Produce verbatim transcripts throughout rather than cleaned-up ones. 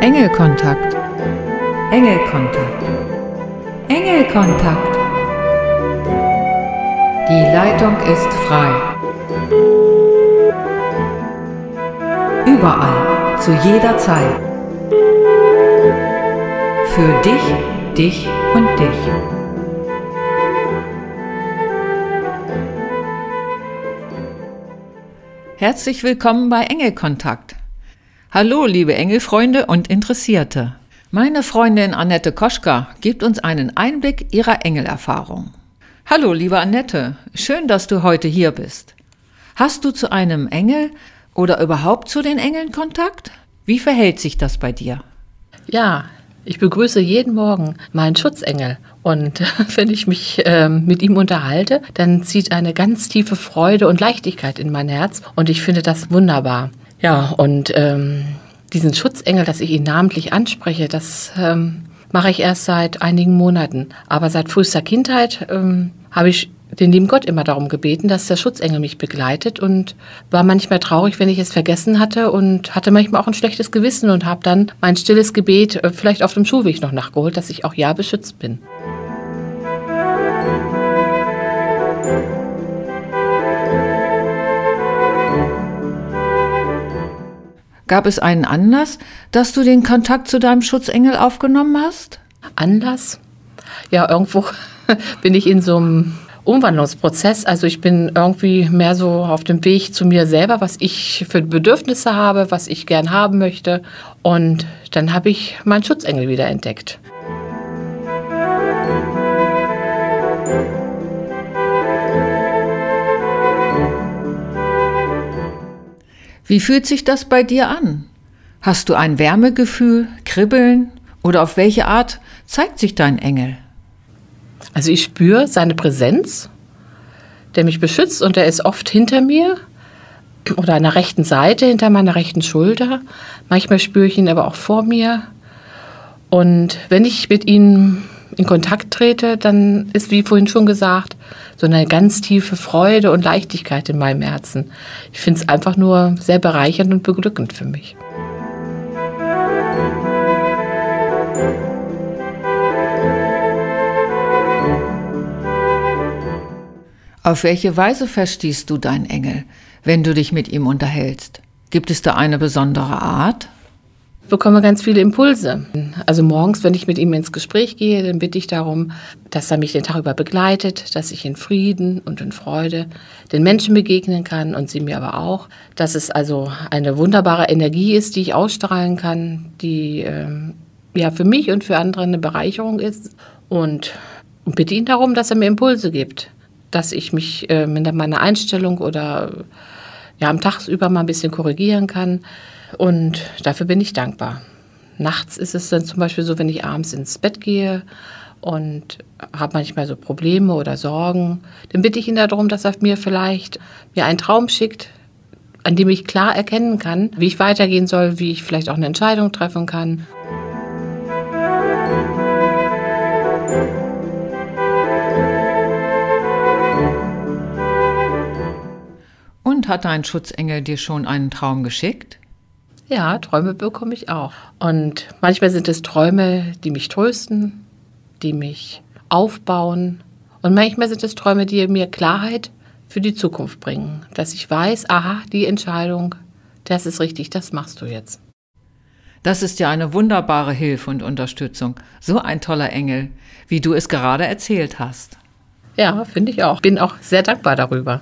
Engelkontakt. Engelkontakt. Engelkontakt. Die Leitung ist frei. Überall, zu jeder Zeit. Für dich, dich und dich. Herzlich willkommen bei Engelkontakt. Hallo, liebe Engelfreunde und Interessierte. Meine Freundin Annette Koschka gibt uns einen Einblick ihrer Engelerfahrung. Hallo, liebe Annette, schön, dass du heute hier bist. Hast du zu einem Engel oder überhaupt zu den Engeln Kontakt? Wie verhält sich das bei dir? Ja, ich begrüße jeden Morgen meinen Schutzengel. Und wenn ich mich ähm, mit ihm unterhalte, dann zieht eine ganz tiefe Freude und Leichtigkeit in mein Herz. Und ich finde das wunderbar. Ja, und ähm, diesen Schutzengel, dass ich ihn namentlich anspreche, das ähm, mache ich erst seit einigen Monaten. Aber seit frühester Kindheit ähm, habe ich den lieben Gott immer darum gebeten, dass der Schutzengel mich begleitet, und war manchmal traurig, wenn ich es vergessen hatte, und hatte manchmal auch ein schlechtes Gewissen und habe dann mein stilles Gebet äh, vielleicht auf dem Schulweg noch nachgeholt, dass ich auch ja beschützt bin. Gab es einen Anlass, dass du den Kontakt zu deinem Schutzengel aufgenommen hast? Anlass? Ja, irgendwo bin ich in so einem Umwandlungsprozess. Also ich bin irgendwie mehr so auf dem Weg zu mir selber, was ich für Bedürfnisse habe, was ich gern haben möchte. Und dann habe ich meinen Schutzengel wieder entdeckt. Wie fühlt sich das bei dir an? Hast du ein Wärmegefühl, Kribbeln oder auf welche Art zeigt sich dein Engel? Also ich spüre seine Präsenz, der mich beschützt, und er ist oft hinter mir oder an der rechten Seite, hinter meiner rechten Schulter. Manchmal spüre ich ihn aber auch vor mir. Und wenn ich mit ihm in Kontakt trete, dann ist, wie vorhin schon gesagt, so eine ganz tiefe Freude und Leichtigkeit in meinem Herzen. Ich finde es einfach nur sehr bereichernd und beglückend für mich. Auf welche Weise verstehst du deinen Engel, wenn du dich mit ihm unterhältst? Gibt es da eine besondere Art? Ich bekomme ganz viele Impulse. Also morgens, wenn ich mit ihm ins Gespräch gehe, dann bitte ich darum, dass er mich den Tag über begleitet, dass ich in Frieden und in Freude den Menschen begegnen kann und sie mir aber auch. Dass es also eine wunderbare Energie ist, die ich ausstrahlen kann, die ähm, ja für mich und für andere eine Bereicherung ist. Und, und bitte ihn darum, dass er mir Impulse gibt, dass ich mich äh, mit meiner Einstellung oder ja, am Tagsüber mal ein bisschen korrigieren kann. Und dafür bin ich dankbar. Nachts ist es dann zum Beispiel so, wenn ich abends ins Bett gehe und habe manchmal so Probleme oder Sorgen, dann bitte ich ihn darum, dass er mir vielleicht mir einen Traum schickt, an dem ich klar erkennen kann, wie ich weitergehen soll, wie ich vielleicht auch eine Entscheidung treffen kann. Und hat dein Schutzengel dir schon einen Traum geschickt? Ja, Träume bekomme ich auch. Und manchmal sind es Träume, die mich trösten, die mich aufbauen. Und manchmal sind es Träume, die mir Klarheit für die Zukunft bringen. Dass ich weiß, aha, die Entscheidung, das ist richtig, das machst du jetzt. Das ist ja eine wunderbare Hilfe und Unterstützung. So ein toller Engel, wie du es gerade erzählt hast. Ja, finde ich auch. Bin auch sehr dankbar darüber.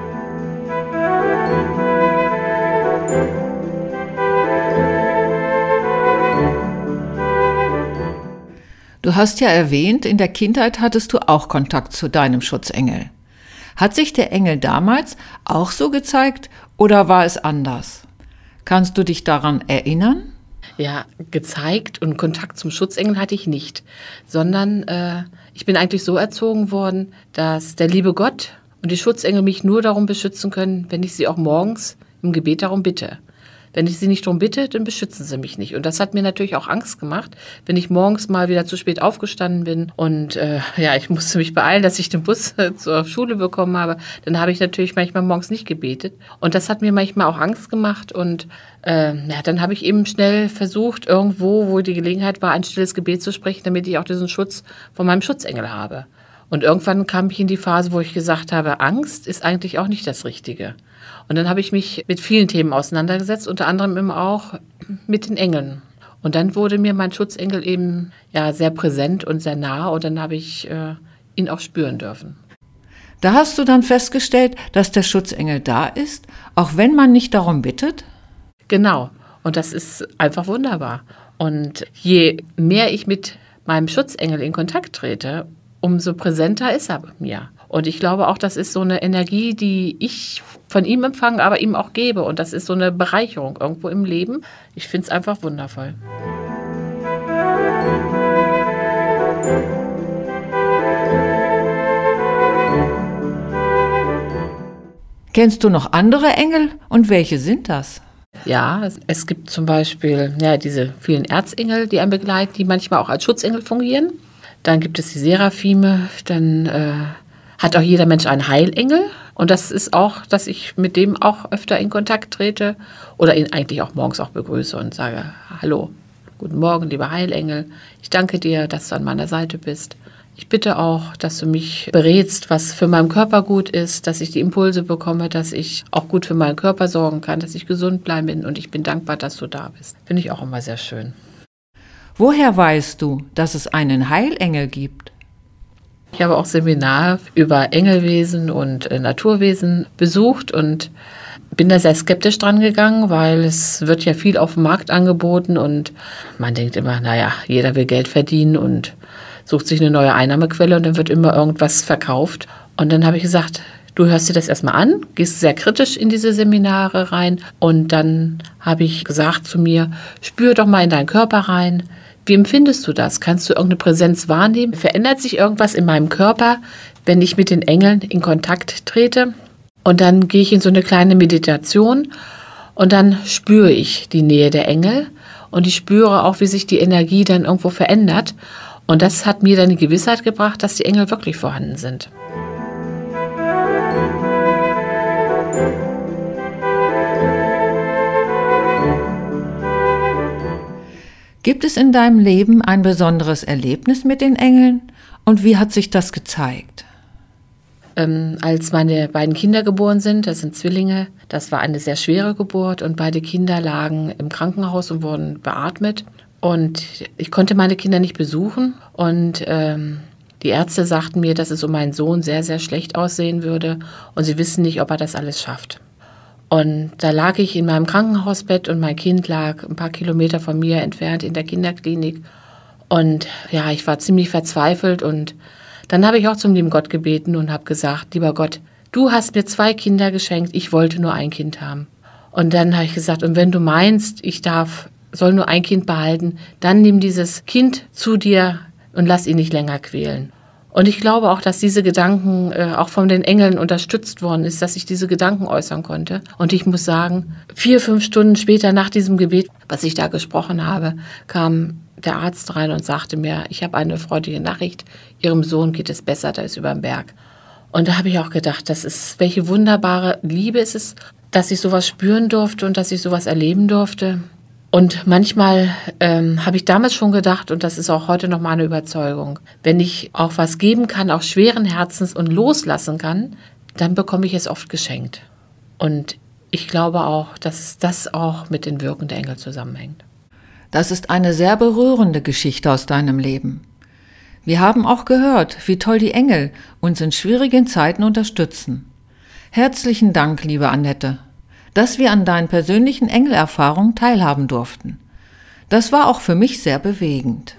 Du hast ja erwähnt, in der Kindheit hattest du auch Kontakt zu deinem Schutzengel. Hat sich der Engel damals auch so gezeigt oder war es anders? Kannst du dich daran erinnern? Ja, gezeigt und Kontakt zum Schutzengel hatte ich nicht, sondern äh, ich bin eigentlich so erzogen worden, dass der liebe Gott und die Schutzengel mich nur darum beschützen können, wenn ich sie auch morgens im Gebet darum bitte. Wenn ich sie nicht darum bitte, dann beschützen sie mich nicht. Und das hat mir natürlich auch Angst gemacht, wenn ich morgens mal wieder zu spät aufgestanden bin und äh, ja, ich musste mich beeilen, dass ich den Bus äh, zur Schule bekommen habe. Dann habe ich natürlich manchmal morgens nicht gebetet. Und das hat mir manchmal auch Angst gemacht. Und äh, ja, dann habe ich eben schnell versucht, irgendwo, wo die Gelegenheit war, ein stilles Gebet zu sprechen, damit ich auch diesen Schutz von meinem Schutzengel habe. Und irgendwann kam ich in die Phase, wo ich gesagt habe, Angst ist eigentlich auch nicht das Richtige. Und dann habe ich mich mit vielen Themen auseinandergesetzt, unter anderem eben auch mit den Engeln. Und dann wurde mir mein Schutzengel eben ja sehr präsent und sehr nah und dann habe ich äh, ihn auch spüren dürfen. Da hast du dann festgestellt, dass der Schutzengel da ist, auch wenn man nicht darum bittet? Genau. Und das ist einfach wunderbar. Und je mehr ich mit meinem Schutzengel in Kontakt trete, umso präsenter ist er bei mir. Und ich glaube auch, das ist so eine Energie, die ich von ihm empfange, aber ihm auch gebe. Und das ist so eine Bereicherung irgendwo im Leben. Ich finde es einfach wundervoll. Kennst du noch andere Engel und welche sind das? Ja, es, es gibt zum Beispiel ja, diese vielen Erzengel, die einen begleiten, die manchmal auch als Schutzengel fungieren. Dann gibt es die Seraphime, dann äh, hat auch jeder Mensch einen Heilengel. Und das ist auch, dass ich mit dem auch öfter in Kontakt trete oder ihn eigentlich auch morgens auch begrüße und sage, hallo, guten Morgen, lieber Heilengel. Ich danke dir, dass du an meiner Seite bist. Ich bitte auch, dass du mich berätst, was für meinen Körper gut ist, dass ich die Impulse bekomme, dass ich auch gut für meinen Körper sorgen kann, dass ich gesund bleiben bin und ich bin dankbar, dass du da bist. Finde ich auch immer sehr schön. Woher weißt du, dass es einen Heilengel gibt? Ich habe auch Seminare über Engelwesen und äh, Naturwesen besucht und bin da sehr skeptisch dran gegangen, weil es wird ja viel auf dem Markt angeboten und man denkt immer, naja, jeder will Geld verdienen und sucht sich eine neue Einnahmequelle und dann wird immer irgendwas verkauft. Und dann habe ich gesagt, du hörst dir das erstmal an, gehst sehr kritisch in diese Seminare rein und dann habe ich gesagt zu mir, spür doch mal in deinen Körper rein. Wie empfindest du das? Kannst du irgendeine Präsenz wahrnehmen? Verändert sich irgendwas in meinem Körper, wenn ich mit den Engeln in Kontakt trete? Und dann gehe ich in so eine kleine Meditation und dann spüre ich die Nähe der Engel und ich spüre auch, wie sich die Energie dann irgendwo verändert. Und das hat mir dann die Gewissheit gebracht, dass die Engel wirklich vorhanden sind. Gibt es in deinem Leben ein besonderes Erlebnis mit den Engeln und wie hat sich das gezeigt? Ähm, als meine beiden Kinder geboren sind, das sind Zwillinge, das war eine sehr schwere Geburt und beide Kinder lagen im Krankenhaus und wurden beatmet. Und ich konnte meine Kinder nicht besuchen und ähm, die Ärzte sagten mir, dass es um meinen Sohn sehr, sehr schlecht aussehen würde und sie wissen nicht, ob er das alles schafft. Und da lag ich in meinem Krankenhausbett und mein Kind lag ein paar Kilometer von mir entfernt in der Kinderklinik. Und ja, ich war ziemlich verzweifelt und dann habe ich auch zum lieben Gott gebeten und habe gesagt, lieber Gott, du hast mir zwei Kinder geschenkt, ich wollte nur ein Kind haben. Und dann habe ich gesagt, und wenn du meinst, ich darf, soll nur ein Kind behalten, dann nimm dieses Kind zu dir und lass ihn nicht länger quälen. Und ich glaube auch, dass diese Gedanken äh, auch von den Engeln unterstützt worden ist, dass ich diese Gedanken äußern konnte. Und ich muss sagen, vier, fünf Stunden später nach diesem Gebet, was ich da gesprochen habe, kam der Arzt rein und sagte mir, ich habe eine freudige Nachricht, Ihrem Sohn geht es besser, der ist über den Berg. Und da habe ich auch gedacht, das ist, welche wunderbare Liebe ist es, dass ich sowas spüren durfte und dass ich sowas erleben durfte. Und manchmal ähm, habe ich damals schon gedacht, und das ist auch heute noch meine Überzeugung, wenn ich auch was geben kann, auch schweren Herzens und loslassen kann, dann bekomme ich es oft geschenkt. Und ich glaube auch, dass das auch mit den Wirken der Engel zusammenhängt. Das ist eine sehr berührende Geschichte aus deinem Leben. Wir haben auch gehört, wie toll die Engel uns in schwierigen Zeiten unterstützen. Herzlichen Dank, liebe Annette, dass wir an deinen persönlichen Engelerfahrungen teilhaben durften. Das war auch für mich sehr bewegend.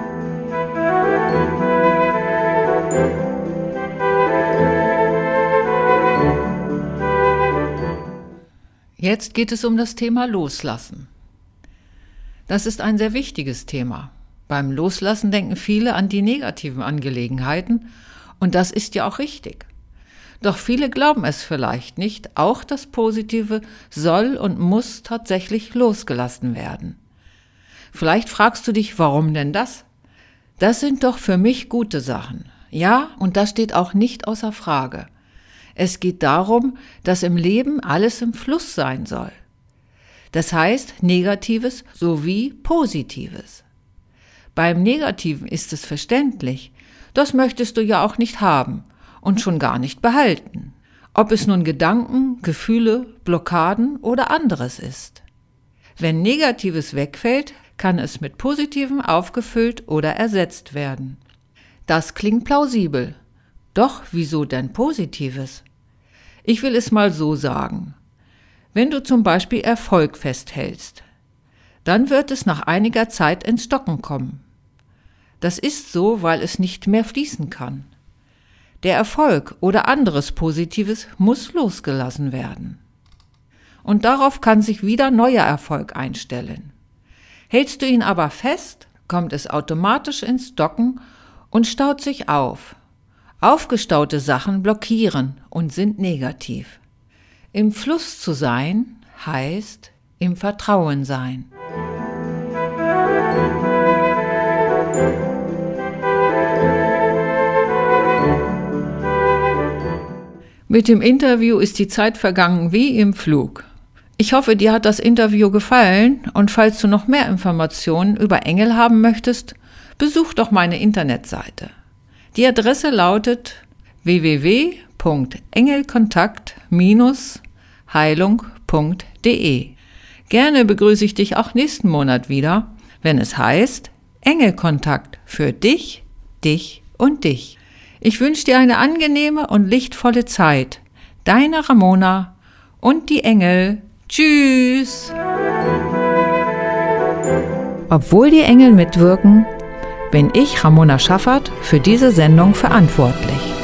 Jetzt geht es um das Thema Loslassen. Das ist ein sehr wichtiges Thema. Beim Loslassen denken viele an die negativen Angelegenheiten und das ist ja auch richtig. Doch viele glauben es vielleicht nicht, auch das Positive soll und muss tatsächlich losgelassen werden. Vielleicht fragst du dich, warum denn das? Das sind doch für mich gute Sachen. Ja, und das steht auch nicht außer Frage. Es geht darum, dass im Leben alles im Fluss sein soll. Das heißt Negatives sowie Positives. Beim Negativen ist es verständlich, das möchtest du ja auch nicht haben und schon gar nicht behalten. Ob es nun Gedanken, Gefühle, Blockaden oder anderes ist. Wenn Negatives wegfällt, kann es mit Positivem aufgefüllt oder ersetzt werden. Das klingt plausibel. Doch wieso denn Positives? Ich will es mal so sagen. Wenn du zum Beispiel Erfolg festhältst, dann wird es nach einiger Zeit ins Stocken kommen. Das ist so, weil es nicht mehr fließen kann. Der Erfolg oder anderes Positives muss losgelassen werden. Und darauf kann sich wieder neuer Erfolg einstellen. Hältst du ihn aber fest, kommt es automatisch ins Stocken und staut sich auf. Aufgestaute Sachen blockieren und sind negativ. Im Fluss zu sein heißt im Vertrauen sein. Mit dem Interview ist die Zeit vergangen wie im Flug. Ich hoffe, dir hat das Interview gefallen und falls du noch mehr Informationen über Engel haben möchtest, besuch doch meine Internetseite. Die Adresse lautet w w w punkt engelkontakt Bindestrich heilung punkt d e. Gerne begrüße ich dich auch nächsten Monat wieder, wenn es heißt Engelkontakt für dich, dich und dich. Ich wünsche dir eine angenehme und lichtvolle Zeit. Deine Ramona und die Engel. Tschüss! Obwohl die Engel mitwirken, bin ich, Ramona Schaffert, für diese Sendung verantwortlich.